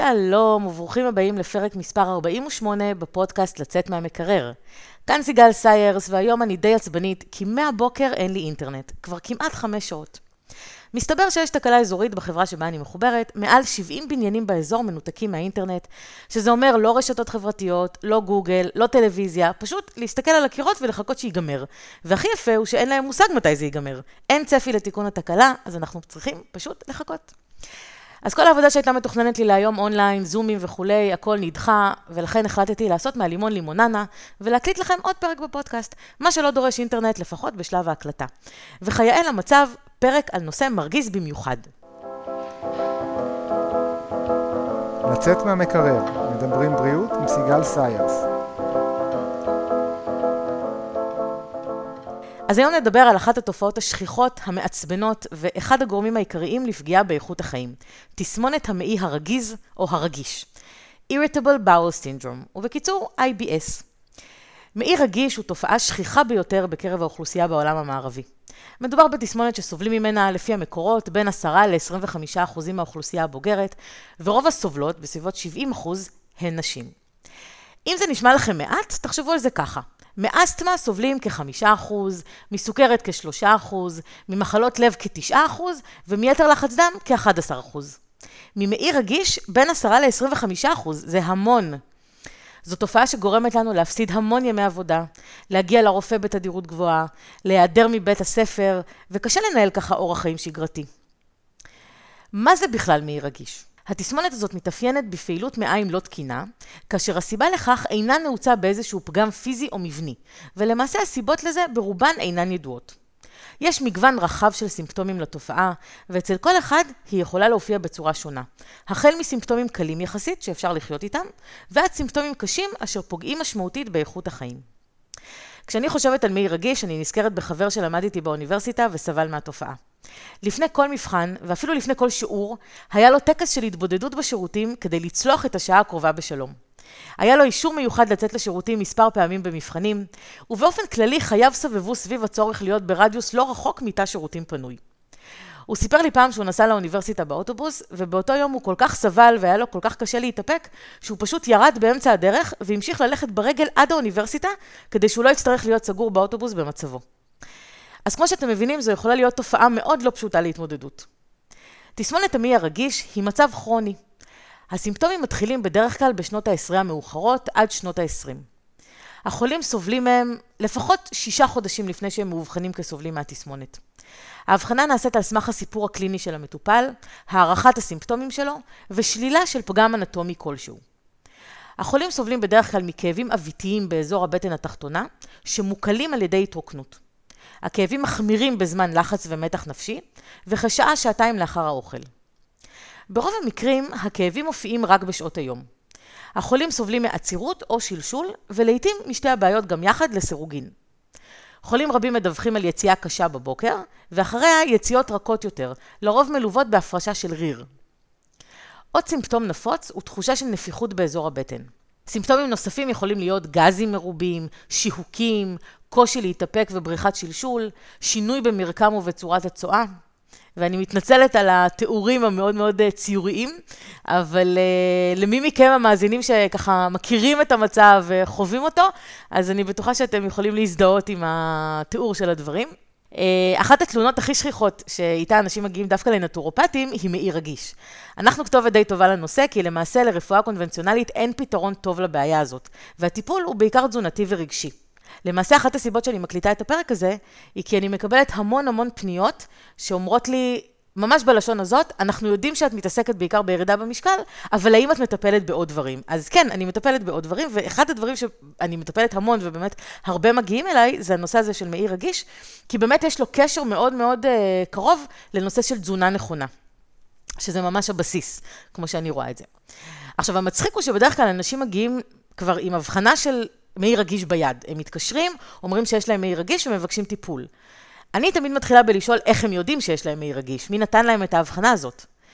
שלום וברוכים הבאים לפרק מספר 48 בפודקאסט לצאת מהמקרר. כאן סיגל סיירס והיום אני די עצבנית כי מהבוקר אין לי אינטרנט, כבר כמעט 5 שעות. מסתבר שיש תקלה אזורית בחברה שבה אני מחוברת, מעל 70 בניינים באזור מנותקים מהאינטרנט, שזה אומר לא רשתות חברתיות, לא גוגל, לא טלוויזיה, פשוט להסתכל על הקירות ולחכות שיגמר. והכי יפה הוא שאין להם מושג מתי זה ייגמר. אין צפי לתיקון התקלה, אז אנחנו צריכים פשוט לחכות. אז כל העבודה שהייתה מתוכננת לי להיום אונליין, זומים וכולי, הכל נדחה, ולכן החלטתי לעשות מהלימון לימוננה, ולהקליט לכם עוד פרק בפודקאסט, מה שלא דורש אינטרנט לפחות בשלב ההקלטה. וכיאה למצב, פרק על נושא מרגיז במיוחד. לצאת מהמקרר, מדברים בריאות עם סיגל סיירס. אז היום נדבר על אחת התופעות השכיחות, המעצבנות, ואחד הגורמים העיקריים לפגיעה באיכות החיים. תסמונת המעי הרגיז או הרגיש. Irritable Bowel Syndrome, ובקיצור IBS. מעי רגיש הוא תופעה שכיחה ביותר בקרב האוכלוסייה בעולם המערבי. מדובר בתסמונת שסובלים ממנה לפי המקורות בין 10 ל-25% מהאוכלוסייה הבוגרת, ורוב הסובלות, בסביבות 70%, הן נשים. אם זה נשמע לכם מעט, תחשבו על זה ככה. מאסתמה סובלים כ5%, מסוכרת כ3%, ממחלות לב כ9%, ומיתר לחץ דם כ11%. ממעי רגיש בין 10 ל-25%, זה המון. זו תופעה שגורמת לנו להפסיד המון ימי עבודה, להגיע לרופא בתדירות גבוהה, להיעדר מבית הספר, וקשה לנהל ככה אורח חיים שגרתי. מה זה בכלל מעי רגיש? התסמונת הזאת מתאפיינת בפעילות מעיים לא תקינה, כאשר הסיבה לכך אינה נעוצה באיזשהו פגם פיזי או מבני, ולמעשה הסיבות לזה ברובן אינן ידועות. יש מגוון רחב של סימפטומים לתופעה, ואצל כל אחד היא יכולה להופיע בצורה שונה. החל מסימפטומים קלים יחסית שאפשר לחיות איתם, ועד סימפטומים קשים אשר פוגעים משמעותית באיכות החיים. כשאני חושבת על מעי רגיש, אני נזכרת בחבר שלמד איתי באוניברסיטה וסבל מהתופעה. לפני כל מבחן, ואפילו לפני כל שיעור, היה לו טקס של התבודדות בשירותים כדי לצלוח את השעה הקרובה בשלום. היה לו אישור מיוחד לצאת לשירותים מספר פעמים במבחנים, ובאופן כללי חייו סבבו סביב הצורך להיות ברדיוס לא רחוק מתא שירותים פנוי. הוא סיפר לי פעם שהוא נסע לאוניברסיטה באוטובוס, ובאותו יום הוא כל כך סבל והיה לו כל כך קשה להתאפק, שהוא פשוט ירד באמצע הדרך והמשיך ללכת ברגל עד האוניברסיטה, כדי שהוא לא יצטרך להיות סגור באוטובוס במצבו. אז כמו שאתם מבינים, זו יכולה להיות תופעה מאוד לא פשוטה להתמודדות. תסמונת המעי הרגיש היא מצב כרוני. הסימפטומים מתחילים בדרך כלל בשנות ה-10 המאוחרות עד שנות ה-20. החולים סובלים מהם לפחות 6 חודשים לפני שהם מאובחנים כסובלים מהתסמונת. ההבחנה נעשית על סמך הסיפור הקליני של המטופל, הערכת הסימפטומים שלו ושלילה של פגם אנטומי כלשהו. החולים סובלים בדרך כלל מכאבים אביתיים באזור הבטן התחתונה, שמוקלים על ידי התרוקנות. הכאבים מחמירים בזמן לחץ ומתח נפשי, וכשעה-שעתיים לאחר האוכל. ברוב המקרים, הכאבים מופיעים רק בשעות היום. החולים סובלים מעצירות או שלשול, ולעיתים משתי הבעיות גם יחד לסירוגין. חולים רבים מדווחים על יציאה קשה בבוקר, ואחריה יציאות רכות יותר, לרוב מלוות בהפרשה של ריר. עוד סימפטום נפוץ הוא תחושה של נפיחות באזור הבטן. סימפטומים נוספים יכולים להיות גזים מרובים, שיהוקים, קושי להתאפק ובריחת שלשול, שינוי במרקם ובצורת הצואה. ואני מתנצלת על התיאורים המאוד מאוד ציוריים, אבל למי מכם המאזינים שככה מכירים את המצב וחווים אותו, אז אני בטוחה שאתם יכולים להזדהות עם התיאור של הדברים. אחת התלונות הכי שכיחות שאיתה אנשים מגיעים דווקא לנטורופטים היא מעי רגיש. אנחנו כתובת די טובה לנושא, כי למעשה לרפואה קונבנציונלית אין פתרון טוב לבעיה הזאת, והטיפול הוא בעיקר תזונתי ורגשי. למעשה אחת הסיבות שאני מקליטה את הפרק הזה, היא כי אני מקבלת המון פניות שאומרות לי, ממש בלשון הזאת, אנחנו יודעים שאת מתעסקת בעיקר בירידה במשקל, אבל האם את מטפלת בעוד דברים? אז כן, אני מטפלת בעוד דברים, ואחד הדברים שאני מטפלת המון, ובאמת הרבה מגיעים אליי, זה הנושא הזה של מעי רגיש, כי באמת יש לו קשר מאוד קרוב לנושא של תזונה נכונה, שזה ממש הבסיס, כמו שאני רואה את זה. עכשיו, המצחיק הוא שבדרך כלל אנשים מגיעים כבר עם הבחנה של מעי רגיש ביד. הם מתקשרים, אומרים שיש להם מעי רגיש ומבקשים טיפול. אני תמיד מתחילה בלשאול איך הם יודעים שיש להם מעי רגיש, מי נתן להם את ההבחנה הזאת.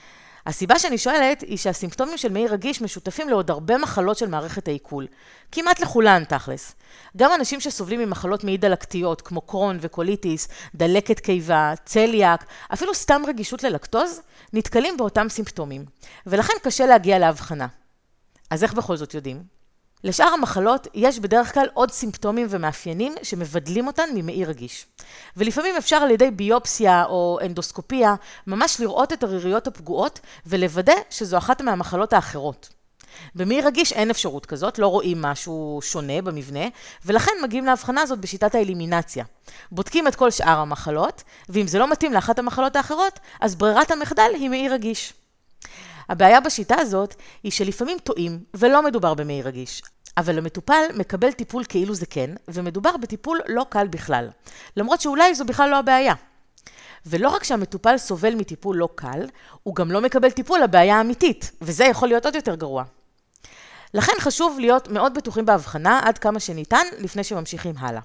הסיבה שאני שואלת היא שהסימפטומים של מעי רגיש משותפים לעוד הרבה מחלות של מערכת העיכול. כמעט לכולן תכלס. גם אנשים שסובלים ממחלות מעי דלקתיות כמו קרון וקוליטיס, דלקת קיבה, צליאק, אפילו סתם רגישות ללקטוז, נתקלים באותם סימפטומים. ולכן קשה להגיע להבחנה. אז איך בכל זאת יודעים? לשאר המחלות יש בדרך כלל עוד סימפטומים ומאפיינים שמבדלים אותן ממעי רגיש. ולפעמים אפשר על ידי ביופסיה או אנדוסקופיה ממש לראות את הריריות הפגועות ולוודא שזו אחת מהמחלות האחרות. במעי רגיש אין אפשרות כזאת, לא רואים משהו שונה במבנה, ולכן מגיעים להבחנה הזאת בשיטת האלימינציה. בודקים את כל שאר המחלות, ואם זה לא מתאים לאחת המחלות האחרות, אז ברירת המחדל היא מעי רגיש. הבעיה בשיטה הזאת היא שלפעמים טועים ולא מדובר במעי רגיש, אבל המטופל מקבל טיפול כאילו זה כן, ומדובר בטיפול לא קל בכלל, למרות שאולי זו בכלל לא הבעיה. ולא רק שהמטופל סובל מטיפול לא קל, הוא גם לא מקבל טיפול לבעיה האמיתית, וזה יכול להיות עוד יותר גרוע. לכן חשוב להיות מאוד בטוחים בהבחנה עד כמה שניתן לפני שממשיכים הלאה.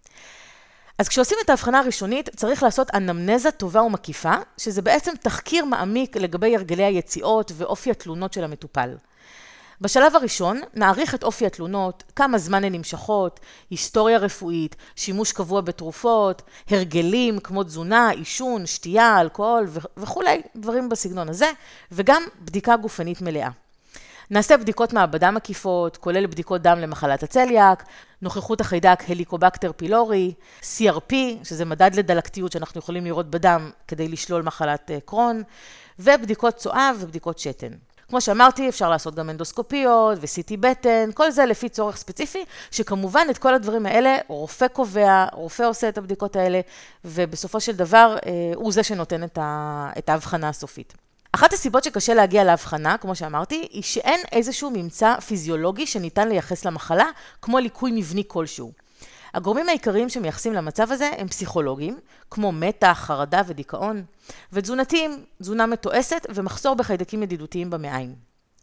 אז כשעושים את ההבחנה הראשונית, צריך לעשות אנמנזה טובה ומקיפה, שזה בעצם תחקיר מעמיק לגבי הרגלי היציאות ואופי התלונות של המטופל. בשלב הראשון, נעריך את אופי התלונות, כמה זמן הן נמשכות, היסטוריה רפואית, שימוש קבוע בתרופות, הרגלים כמו תזונה, עישון, שתייה, אלכוהול וכולי, דברים בסגנון הזה, וגם בדיקה גופנית מלאה. נעשה בדיקות מעבדה מקיפות, כולל בדיקות דם למחלת הצליאק, נוכחות החיידק הליקובקטר פילורי, CRP, שזה מדד לדלקתיות שאנחנו יכולים לראות בדם כדי לשלול מחלת קרון, ובדיקות צואה ובדיקות שתן. כמו שאמרתי, אפשר לעשות גם אנדוסקופיות ו-CT בטן, כל זה לפי צורך ספציפי, שכמובן את כל הדברים האלה רופא קובע, רופא עושה את הבדיקות האלה, ובסופו של דבר הוא זה שנותן את ההבחנה הסופית. אחת הסיבות שקשה להגיע להבחנה, כמו שאמרתי, היא שאין איזשהו ממצא פיזיולוגי שניתן לייחס למחלה, כמו ליקוי מבני כלשהו. הגורמים העיקריים שמייחסים למצב הזה הם פסיכולוגיים, כמו מתח, חרדה ודיכאון, ותזונתיים, תזונה מתועסת ומחסור בחיידקים ידידותיים במעיים.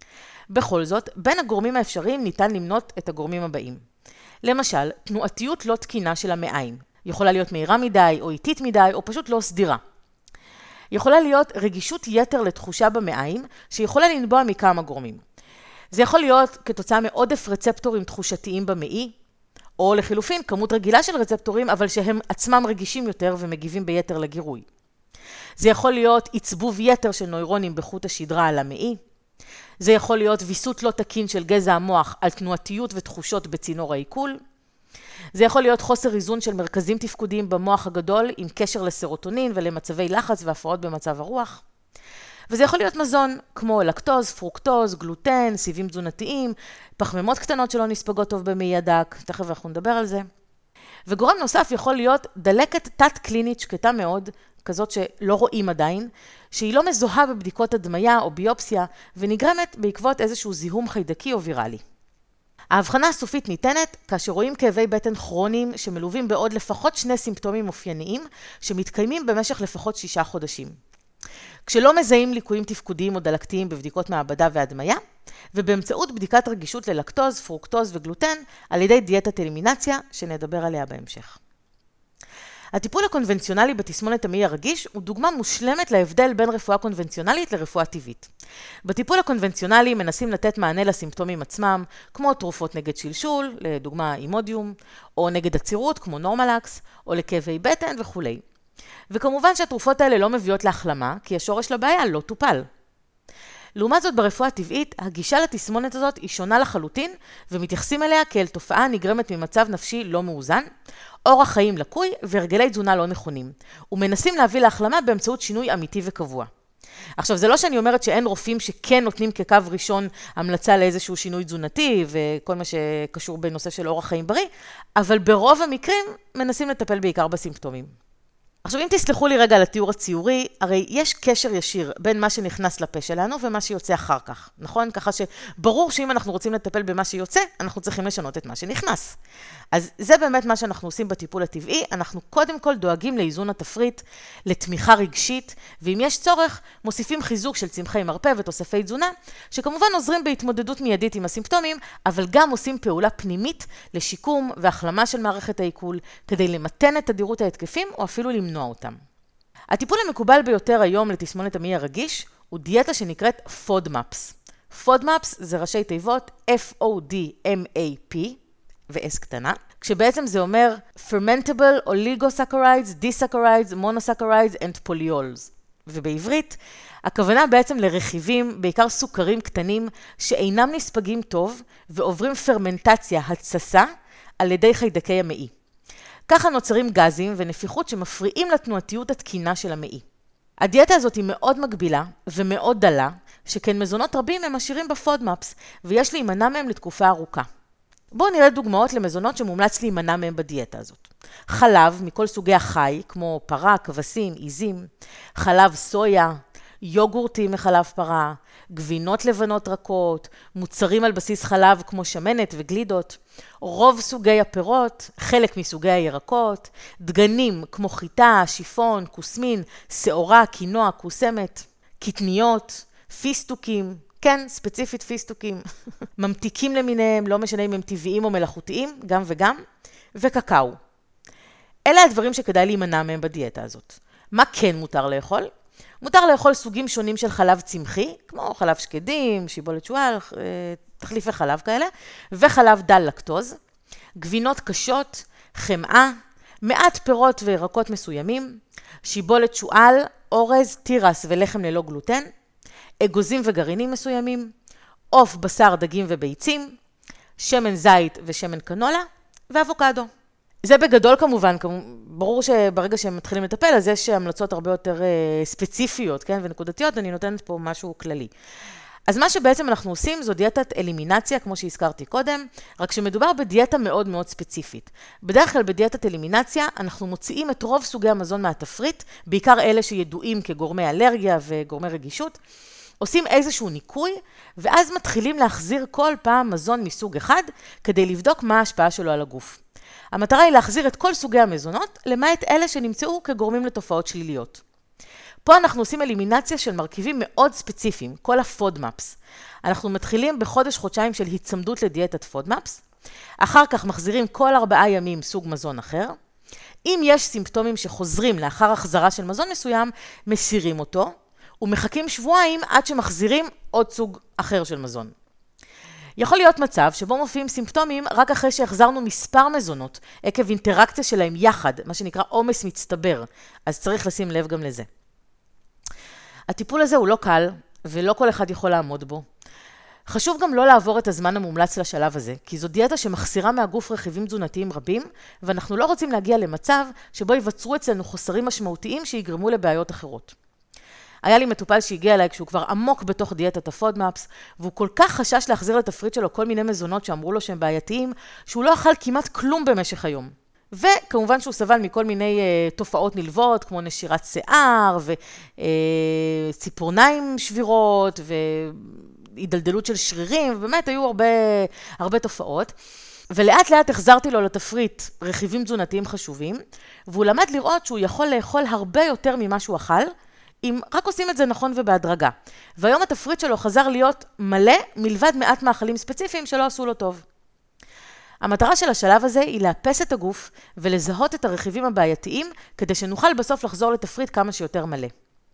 בכל זאת, בין הגורמים האפשריים ניתן למנות את הגורמים הבאים. למשל, תנועתיות לא תקינה של המעיים. יכולה להיות מהירה מדי או איטית מדי או פשוט לא סדירה. יכולה להיות רגישות יתר לתחושה במעיים, שיכולה לנבוע מכמה גורמים. זה יכול להיות כתוצאה מעודף רצפטורים תחושתיים במעי, או לחילופין כמות רגילה של רצפטורים, אבל שהם עצמם רגישים יותר ומגיבים ביתר לגירוי. זה יכול להיות עצבוב יתר של נוירונים בחוט השדרה על המעי. זה יכול להיות ויסות לא תקין של גזע המוח על תנועתיות ותחושות בצינור העיכול. זה יכול להיות חוסר איזון של מרכזים תפקודיים במוח הגדול עם קשר לסרוטונין ולמצבי לחץ והפרעות במצב הרוח. וזה יכול להיות מזון כמו לקטוז, פרוקטוז, גלוטן, סיבים תזונתיים, פחמימות קטנות שלא נספגות טוב במעי הדק, תכף אנחנו נדבר על זה. וגורם נוסף יכול להיות דלקת תת-קלינית שקטה מאוד, כזאת שלא רואים עדיין, שהיא לא מזוהה בבדיקות הדמיה או ביופסיה, ונגרמת בעקבות איזשהו זיהום חיידקי או ויראלי. ההבחנה הסופית ניתנת כאשר רואים כאבי בטן כרוניים שמלווים בעוד לפחות 2 סימפטומים אופייניים שמתקיימים במשך לפחות 6 חודשים. כשלא מזהים ליקויים תפקודיים או דלקתיים בבדיקות מעבדה והדמיה, ובאמצעות בדיקת רגישות ללקטוז, פרוקטוז וגלוטן על ידי דיאטת אלימינציה שנדבר עליה בהמשך. הטיפול הקונבנציונלי בתסמונת המעי הרגיש הוא דוגמה מושלמת להבדל בין רפואה קונבנציונלית לרפואה טבעית. בטיפול הקונבנציונלי מנסים לתת מענה לסימפטומים עצמם, כמו תרופות נגד שלשול, לדוגמה אימודיום, או נגד עצירות כמו נורמלקס, או לכאבי בטן וכו'. וכמובן שהתרופות האלה לא מביאות להחלמה, כי השורש לבעיה לא טופל. לעומת זאת ברפואה הטבעית, הגישה לתסמונת הזאת היא שונה לחלוטין, ומתייחסים אליה כאל תופעה נגרמת ממצב נפשי לא מאוזן, אורח חיים לקוי והרגלי תזונה לא נכונים, ומנסים להביא להחלמה באמצעות שינוי אמיתי וקבוע. עכשיו, זה לא שאני אומרת שאין רופאים שכן נותנים כקו ראשון המלצה לאיזשהו שינוי תזונתי, וכל מה שקשור בנושא של אורח חיים בריא, אבל ברוב המקרים מנסים לטפל בעיקר בסימפטומים. עכשיו, אם תסלחו לי רגע על התיאור הציורי, הרי יש קשר ישיר בין מה שנכנס לפה שלנו ומה שיוצא אחר כך, נכון? ככה שברור שאם אנחנו רוצים לטפל במה שיוצא, אנחנו צריכים לשנות את מה שנכנס. אז זה באמת מה שאנחנו עושים בטיפול הטבעי, אנחנו קודם כל דואגים לאיזון התפריט, לתמיכה רגשית, ואם יש צורך, מוסיפים חיזוק של צמחי מרפא ותוספי תזונה, שכמובן עוזרים בהתמודדות מיידית עם הסימפטומים, אבל גם עושים פעולה פנימית לשיקום והחלמה של מערכת העיכול, כדי למתן את תדירות ההתקפים או אפילו למנוע אותם. הטיפול המקובל ביותר היום לתסמונת המעי הרגיש הוא דיאטה שנקראת FODMAPs. FODMAPs זה ראשי תיבות FODMAP ו-S קטנה, כשבעצם זה אומר Fermentable Oligosaccharides, Disaccharides, Monosaccharides and Polyols. ובעברית, הכוונה בעצם לרכיבים, בעיקר סוכרים קטנים, שאינם נספגים טוב ועוברים פרמנטציה, התססה, על ידי חיידקי המעי. ככה נוצרים גזים ונפיחות שמפריעים לתנועתיות התקינה של המעי. הדיאטה הזאת היא מאוד מגבילה ומאוד דלה, שכן מזונות רבים הם עשירים בפודמאפס, ויש להימנע מהם לתקופה ארוכה. בואו נראה דוגמאות למזונות שמומלץ להימנע מהם בדיאטה הזאת. חלב מכל סוגי החי, כמו פרה, כבשים, עיזים, חלב סויה, יוגורטים מחלב פרה, גבינות לבנות רכות, מוצרים על בסיס חלב כמו שמנת וגלידות, רוב סוגי הפירות, חלק מסוגי הירקות, דגנים כמו חיטה, שיפון, כוסמין, שעורה, קינוע, כוסמת, קטניות, פיסטוקים, כן, ספציפית פיסטוקים, ממתיקים למיניהם, לא משנה אם הם טבעיים או מלאכותיים, גם וגם, וקקאו. אלה הדברים שכדאי להימנע מהם בדיאטה הזאת. מה כן מותר לאכול? מותר לאכול סוגים שונים של חלב צמחי, כמו חלב שקדים, שיבולת שועל, תחליפי חלב כאלה, וחלב דל לקטוז, גבינות קשות, חמאה, מעט פירות וירקות מסוימים, שיבולת שועל, אורז, תירס ולחם ללא גלוטן, אגוזים וגרעינים מסוימים, עוף, בשר, דגים וביצים, שמן זית ושמן קנולה, ואבוקדו. זה בגדול כמובן, ברור שברגע שהם מתחילים לטפל, אז יש המלצות הרבה יותר ספציפיות, כן, ונקודתיות, אני נותנת פה משהו כללי. אז מה שבעצם אנחנו עושים זו דיאטת אלימינציה, כמו שהזכרתי קודם, רק שמדובר בדיאטה מאוד מאוד ספציפית. בדרך כלל בדיאטת אלימינציה אנחנו מוציאים את רוב סוגי המזון מהתפריט, בעיקר אלה שידועים כגורמי אלרגיה וגורמי רגישות, עושים איזשהו ניקוי, ואז מתחילים להחזיר כל פעם מזון מסוג אחד, כדי לבדוק מה ההשפעה שלו על הגוף. המטרה היא להחזיר את כל סוגי המזונות, למעט אלה שנמצאו כגורמים לתופעות שליליות. פה אנחנו עושים אלימינציה של מרכיבים מאוד ספציפיים, כל הפודמאפס. אנחנו מתחילים בחודש-חודשיים של הצמדות לדיאטת פודמאפס, אחר כך מחזירים כל 4 ימים סוג מזון אחר. אם יש סימפטומים שחוזרים לאחר החזרה של מזון מסוים, מסירים אותו, ומחכים שבועיים עד שמחזירים עוד סוג אחר של מזון. יכול להיות מצב שבו מופיעים סימפטומים רק אחרי שהחזרנו מספר מזונות, עקב אינטראקציה שלהם יחד, מה שנקרא עומס מצטבר, אז צריך לשים לב גם לזה. הטיפול הזה הוא לא קל, ולא כל אחד יכול לעמוד בו. חשוב גם לא לעבור את הזמן המומלץ לשלב הזה, כי זו דיאטה שמחסירה מהגוף רכיבים תזונתיים רבים, ואנחנו לא רוצים להגיע למצב שבו ייווצרו אצלנו חוסרים משמעותיים שיגרמו לבעיות אחרות. היה לי מטופל שהגיע אליי כשהוא כבר עמוק בתוך דיאטת הפודמאפס, והוא כל כך חשש להחזיר לתפריט שלו כל מיני מזונות שאמרו לו שהם בעייתיים, שהוא לא אכל כמעט כלום במשך היום. וכמובן שהוא סבל מכל מיני תופעות נלוות, כמו נשירת שיער, וציפורניים שבירות, והידלדלות של שרירים, ובאמת היו הרבה תופעות. ולאט לאט החזרתי לו לתפריט רכיבים תזונתיים חשובים, והוא למד לראות שהוא יכול לאכול הרבה יותר ממה שהוא אכל, אם רק עושים את זה נכון ובהדרגה. והיום התפריט שלו חזר להיות מלא, מלבד מעט מאכלים ספציפיים שלא עשו לו טוב. המטרה של השלב הזה היא לאפס את הגוף ולזהות את הרכיבים הבעייתיים, כדי שנוכל בסוף לחזור לתפריט כמה שיותר מלא.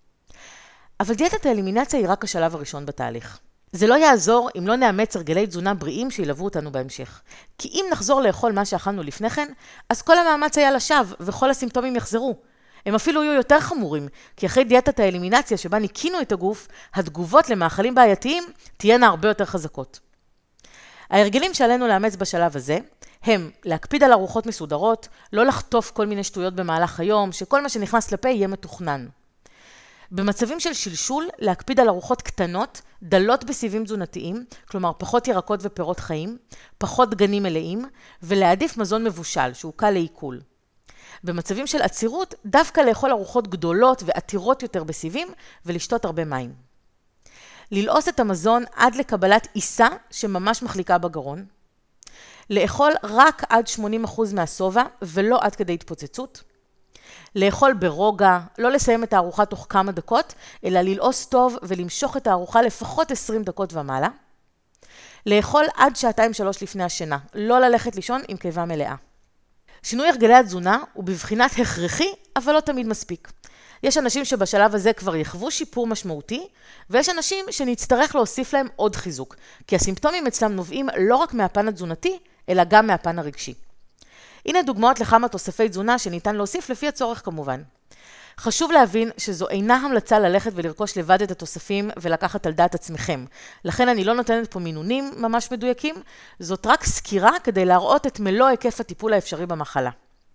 אבל דיאטת האלימינציה היא רק השלב הראשון בתהליך. זה לא יעזור אם לא נאמץ הרגלי תזונה בריאים שילוו אותנו בהמשך. כי אם נחזור לאכול מה שאכלנו לפני כן, אז כל המאמץ היה לשווא וכל הסימפטומים יחזרו. הם אפילו יהיו יותר חמורים, כי אחרי דיאטת האלימינציה שבה ניקינו את הגוף, התגובות למאכלים בעייתיים תהיינה הרבה יותר חזקות. ההרגלים שעלינו לאמץ בשלב הזה הם להקפיד על ארוחות מסודרות, לא לחטוף כל מיני שטויות במהלך היום, שכל מה שנכנס לפה יהיה מתוכנן. במצבים של שלשול, להקפיד על ארוחות קטנות, דלות בסיבים תזונתיים, כלומר פחות ירקות ופירות חיים, פחות דגנים מלאים, ולהעדיף מזון מבושל, שהוא קל לעיכול. במצבים של עצירות, דווקא לאכול ארוחות גדולות ועתירות יותר בסיבים, ולשתות הרבה מים. ללעוס את המזון עד לקבלת עיסה שממש מחליקה בגרון. לאכול רק עד 80% מהסובה, ולא עד כדי התפוצצות. לאכול ברוגע, לא לסיים את הארוחה תוך כמה דקות, אלא ללעוס טוב ולמשוך את הארוחה לפחות 20 דקות ומעלה. לאכול עד 2-3 לפני השינה, לא ללכת לישון עם קיבה מלאה. שינוי הרגלי התזונה הוא בבחינת הכרחי, אבל לא תמיד מספיק. יש אנשים שבשלב הזה כבר יחוו שיפור משמעותי, ויש אנשים שנצטרך להוסיף להם עוד חיזוק, כי הסימפטומים אצלם נובעים לא רק מהפן התזונתי, אלא גם מהפן הרגשי. הנה דוגמאות לכמה תוספי תזונה שניתן להוסיף לפי הצורך כמובן. חשוב להבין שזו אינה המלצה ללכת ולרכוש לבד את התוספים ולקחת על דעת עצמכם. לכן אני לא נותנת פה מינונים ממש מדויקים, זאת רק סקירה כדי להראות את מלוא היקף הטיפול האפשרי במחלה.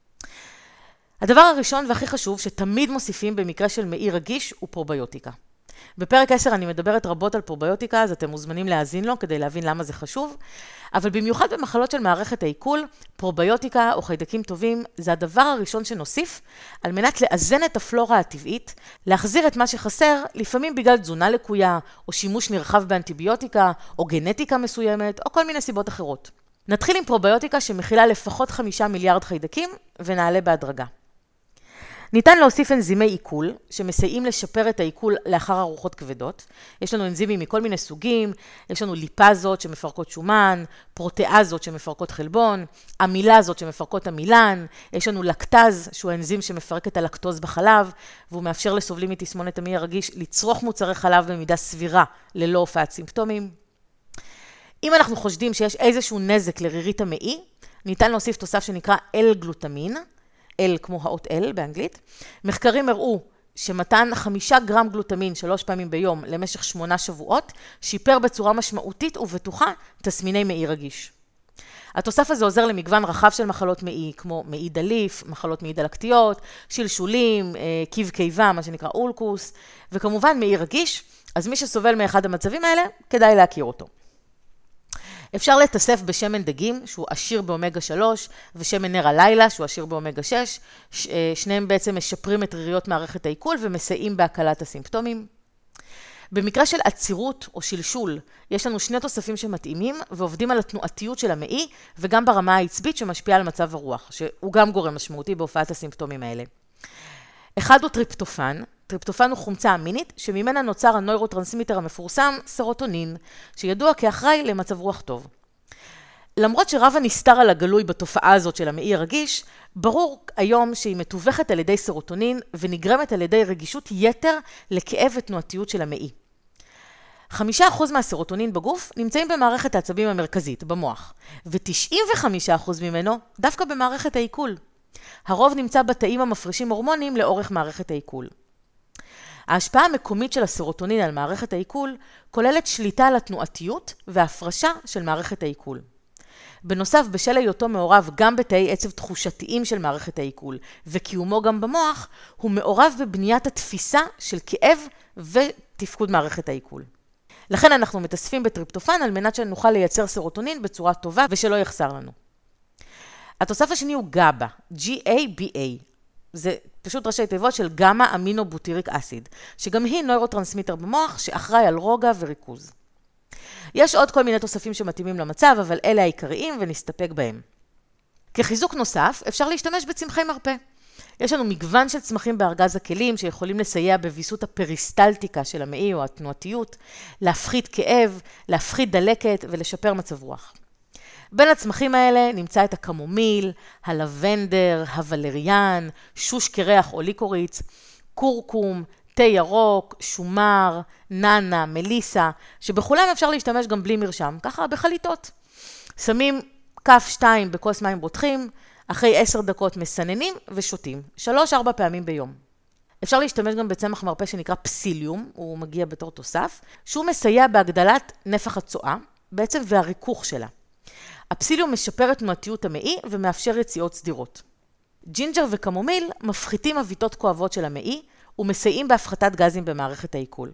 הדבר הראשון והכי חשוב שתמיד מוסיפים במקרה של מעי רגיש הוא פרוביוטיקה. בפרק 10 אני מדברת רבות על פרוביוטיקה, אז אתם מוזמנים להאזין לו כדי להבין למה זה חשוב. אבל במיוחד במחלות של מערכת העיכול, פרוביוטיקה או חיידקים טובים זה הדבר הראשון שנוסיף על מנת לאזן את הפלורה הטבעית, להחזיר את מה שחסר, לפעמים בגלל תזונה לקויה או שימוש נרחב באנטיביוטיקה או גנטיקה מסוימת או כל מיני סיבות אחרות. נתחיל עם פרוביוטיקה שמכילה לפחות 5 מיליארד חיידקים ונעלה בהדרגה. ניתן להוסיף אנזימי עיכול, שמסייעים לשפר את העיכול לאחר ארוחות כבדות. יש לנו אנזימים מכל מיני סוגים, יש לנו ליפזות שמפרקות שומן, פרוטאזות שמפרקות חלבון, אמילזות שמפרקות אמילן, יש לנו לקטז, שהוא האנזים שמפרק את הלקטוז בחלב, והוא מאפשר לסובלים מתסמונת המעי הרגיש לצרוך מוצרי חלב במידה סבירה, ללא הופעת סימפטומים. אם אנחנו חושדים שיש איזשהו נזק לרירית המעי, ניתן להוסיף תוסף שנקרא L-גלוטמין, L כמו האות L באנגלית. מחקרים הראו שמתן 5 גרם גלוטמין 3 פעמים ביום למשך 8 שבועות, שיפר בצורה משמעותית ובטוחה תסמיני מעי רגיש. התוסף הזה עוזר למגוון רחב של מחלות מעי, כמו מעי דליף, מחלות מעי דלקתיות, שלשולים, קיב קיבה, מה שנקרא אולקוס, וכמובן מעי רגיש, אז מי שסובל מאחד המצבים האלה, כדאי להכיר אותו. אפשר לתסף בשמן דגים, שהוא עשיר באומגה 3, ושמן נר הלילה, שהוא עשיר באומגה 6. שניהם בעצם משפרים את ריריות מערכת העיכול ומסייעים בהקלת הסימפטומים. במקרה של עצירות או שלשול, יש לנו 2 תוספים שמתאימים ועובדים על התנועתיות של המעי, וגם ברמה העצבית שמשפיעה על מצב הרוח, שהוא גם גורם משמעותי בהופעת הסימפטומים האלה. אחד הוא טריפטופן. טריפטופן הוא חומצה אמינית, שממנה נוצר הנוירוטרנסמיטר המפורסם, סרוטונין, שידוע כאחראי למצב רוח טוב. למרות שרב הנסתר על הגלוי בתופעה הזאת של המעי הרגיש, ברור היום שהיא מתווכת על ידי סרוטונין ונגרמת על ידי רגישות יתר לכאב ותנועתיות של המעי. 5% מהסרוטונין בגוף נמצאים במערכת העצבים המרכזית, במוח, ו95% ממנו דווקא במערכת העיכול. הרוב נמצא בתאים המפרישים הורמונים לאורך מערכת העיכול. ההשפעה המקומית של הסרוטונין על מערכת העיכול כוללת שליטה על התנועתיות והפרשה של מערכת העיכול. בנוסף, בשל היותו מעורב גם בתאי עצב תחושתיים של מערכת העיכול, וקיומו גם במוח, הוא מעורב בבניית התפיסה של כאב ותפקוד מערכת העיכול. לכן אנחנו מתאספים בטריפטופן על מנת שנוכל לייצר סרוטונין בצורה טובה ושלא יחסר לנו. התוסף השני הוא גאבה, G-A-B-A. זה פשוט ראשי תיבות של גמא אמינו בוטיריק אסיד, שגם היא נוירוטרנסמיטר במוח שאחראי על רוגע וריכוז. יש עוד כל מיני תוספים שמתאימים למצב, אבל אלה העיקריים ונסתפק בהם. כחיזוק נוסף, אפשר להשתמש בצמחי מרפא. יש לנו מגוון של צמחים בארגז הכלים שיכולים לסייע בוויסות הפריסטלטיקה של המעי או התנועתיות, להפחית כאב, להפחית דלקת ולשפר מצב רוח. בין הצמחים האלה נמצא את הקמומיל, הלבנדר, הוולריאן, שוש קרח או ליקוריץ, קורקום, תה ירוק, שומר, ננה, מליסה, שבכולם אפשר להשתמש גם בלי מרשם, ככה בחליטות. שמים כף 2 בכוס מים רותחים, אחרי 10 דקות מסננים ושותים, 3-4 פעמים ביום. אפשר להשתמש גם בצמח מרפא שנקרא פסיליום, הוא מגיע בתור תוסף, שהוא מסייע בהגדלת נפח הצואה, בעצם והריכוך שלה. הפסיליום משפר את תנועתיות המעי ומאפשר יציאות סדירות. ג'ינג'ר וקמומיל מפחיתים אביטות כואבות של המעי ומסייעים בהפחתת גזים במערכת העיכול.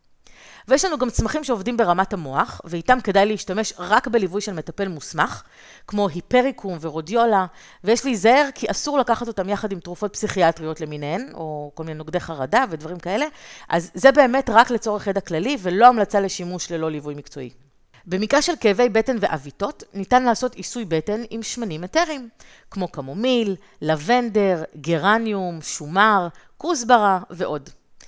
ויש לנו גם צמחים שעובדים ברמת המוח, ואיתם כדאי להשתמש רק בליווי של מטפל מוסמך, כמו היפריקום ורודיולה, ויש להיזהר כי אסור לקחת אותם יחד עם תרופות פסיכיאטריות למיניהן, או כל מיני נוגדי חרדה ודברים כאלה, אז זה באמת רק לצורך ידע כללי ולא המלצה לשימוש ללא ליווי מקצועי. במקרה של כאבי בטן ואביטות, ניתן לעשות עיסוי בטן עם שמנים אתריים, כמו קמומיל, לבנדר, גרניום, שומר, כוסברה ועוד.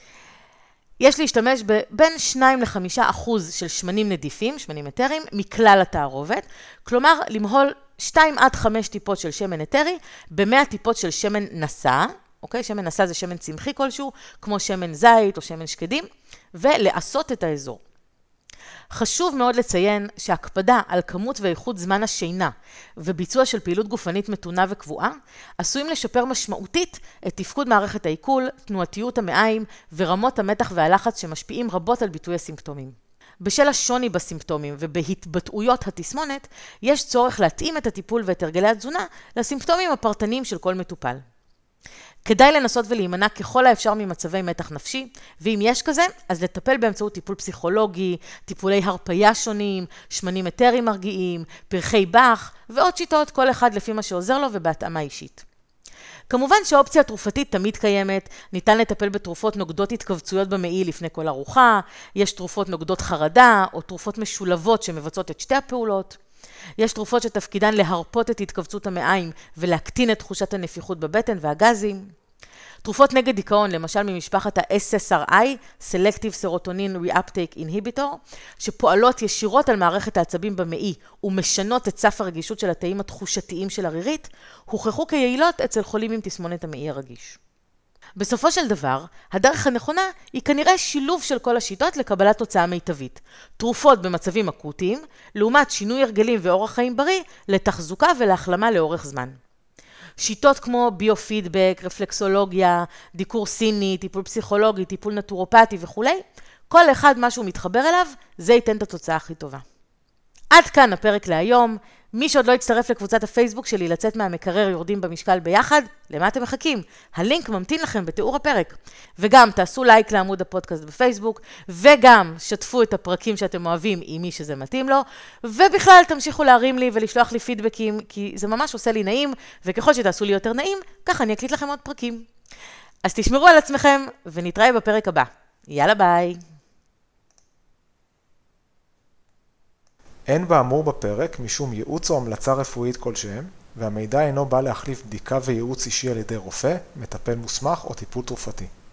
יש להשתמש בין 2-5% של שמנים נדיפים, שמנים אתריים, מכלל התערובת, כלומר למהול 2-5 טיפות של שמן אתרי ב100 טיפות של שמן נשא, אוקיי? שמן נשא זה שמן צמחי כלשהו, כמו שמן זית או שמן שקדים, ולעשות את האזור. חשוב מאוד לציין שהקפדה על כמות ואיכות זמן השינה וביצוע של פעילות גופנית מתונה וקבועה, עשויים לשפר משמעותית את תפקוד מערכת העיכול, תנועתיות המעיים ורמות המתח והלחץ שמשפיעים רבות על ביטוי הסימפטומים. בשל השוני בסימפטומים ובהתבטאויות התסמונת, יש צורך להתאים את הטיפול ואת הרגלי התזונה לסימפטומים הפרטניים של כל מטופל. כדאי לנסות ולהימנע ככל האפשר ממצבי מתח נפשי, ואם יש כזה, אז לטפל באמצעות טיפול פסיכולוגי, טיפולי הרפיה שונים, שמנים אתרים מרגיעים, פרחי בח, ועוד שיטות, כל אחד לפי מה שעוזר לו ובהתאמה אישית. כמובן שהאופציה התרופתית תמיד קיימת, ניתן לטפל בתרופות נוגדות התכווצויות במעי לפני כל ארוחה, יש תרופות נוגדות חרדה, או תרופות משולבות שמבצעות את שתי הפעולות. יש תרופות שתפקידן להרפות את התכווצות המעיים ולהקטין את תחושת הנפיחות בבטן והגזים. תרופות נגד דיכאון, למשל ממשפחת ה-SSRI, Selective Serotonin Reuptake Inhibitor, שפועלות ישירות על מערכת העצבים במעי ומשנות את סף הרגישות של התאים התחושתיים של הרירית, הוכחו כיעילות אצל חולים עם תסמונת המעי הרגיש. בסופו של דבר, הדרך הנכונה היא כנראה שילוב של כל השיטות לקבלת תוצאה מיטבית. תרופות במצבים אקוטיים, לעומת שינוי הרגלים ואורח חיים בריא, לתחזוקה ולהחלמה לאורך זמן. שיטות כמו ביו-פידבק, רפלקסולוגיה, דיקור סיני, טיפול פסיכולוגי, טיפול נטורופטי וכו', כל אחד משהו מתחבר אליו, זה ייתן את התוצאה הכי טובה. עד כאן הפרק להיום. מי שעוד לא יצטרף לקבוצת הפייסבוק שלי לצאת מהמקרר יורדים במשקל ביחד, למה אתם מחכים? הלינק ממתין לכם בתיאור הפרק. וגם תעשו לייק לעמוד הפודקאסט בפייסבוק, וגם שתפו את הפרקים שאתם אוהבים עם מי שזה מתאים לו, ובכלל תמשיכו להרים לי ולשלוח לי פידבקים, כי זה ממש עושה לי נעים, וככל שתעשו לי יותר נעים, ככה אני אקליט לכם עוד פרקים. אז תשמרו על עצמכם, ונתראה בפרק הבא. יאללה ביי. אין באמור בפרק משום ייעוץ או המלצה רפואית כלשהם, והמידע אינו בא להחליף בדיקה וייעוץ אישי על ידי רופא, מטפל מוסמך או טיפול תרופתי.